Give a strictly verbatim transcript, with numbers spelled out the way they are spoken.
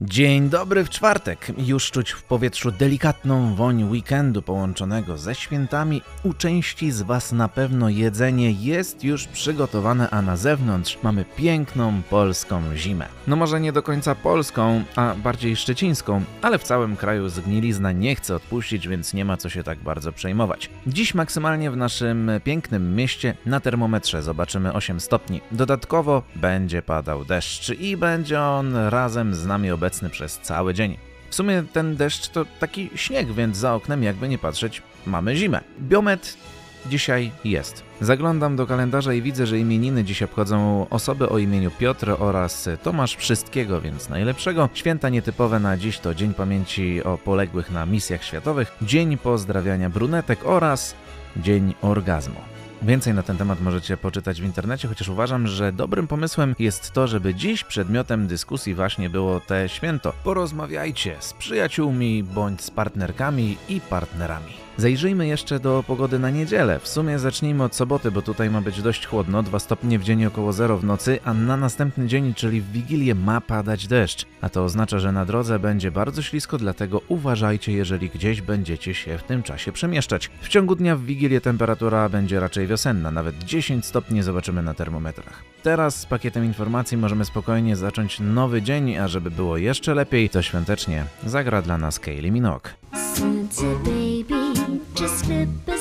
Dzień dobry w czwartek. Już czuć w powietrzu delikatną woń weekendu połączonego ze świętami. U części z Was na pewno jedzenie jest już przygotowane, a na zewnątrz mamy piękną polską zimę. No może nie do końca polską, a bardziej szczecińską, ale w całym kraju zgnilizna nie chce odpuścić, więc nie ma co się tak bardzo przejmować. Dziś maksymalnie w naszym pięknym mieście na termometrze zobaczymy osiem stopni. Dodatkowo będzie padał deszcz i będzie on razem z nami obecny przez cały dzień. W sumie ten deszcz to taki śnieg, więc za oknem jakby nie patrzeć mamy zimę. Biomet dzisiaj jest. Zaglądam do kalendarza i widzę, że imieniny dziś obchodzą osoby o imieniu Piotr oraz Tomasz. Wszystkiego więc najlepszego. Święta nietypowe na dziś to Dzień Pamięci o Poległych na Misjach Światowych, Dzień Pozdrawiania Brunetek oraz Dzień Orgazmu. Więcej na ten temat możecie poczytać w internecie, chociaż uważam, że dobrym pomysłem jest to, żeby dziś przedmiotem dyskusji właśnie było te święto. Porozmawiajcie z przyjaciółmi bądź z partnerkami i partnerami. Zajrzyjmy jeszcze do pogody na niedzielę. W sumie zacznijmy od soboty, bo tutaj ma być dość chłodno, dwa stopnie w dzień i około zero w nocy, a na następny dzień, czyli w Wigilię, ma padać deszcz. A to oznacza, że na drodze będzie bardzo ślisko, dlatego uważajcie, jeżeli gdzieś będziecie się w tym czasie przemieszczać. W ciągu dnia w Wigilię temperatura będzie raczej wiosenna, nawet dziesięć stopni zobaczymy na termometrach. Teraz z pakietem informacji możemy spokojnie zacząć nowy dzień, a żeby było jeszcze lepiej, to świątecznie zagra dla nas Kylie Minogue. Santa baby, just slip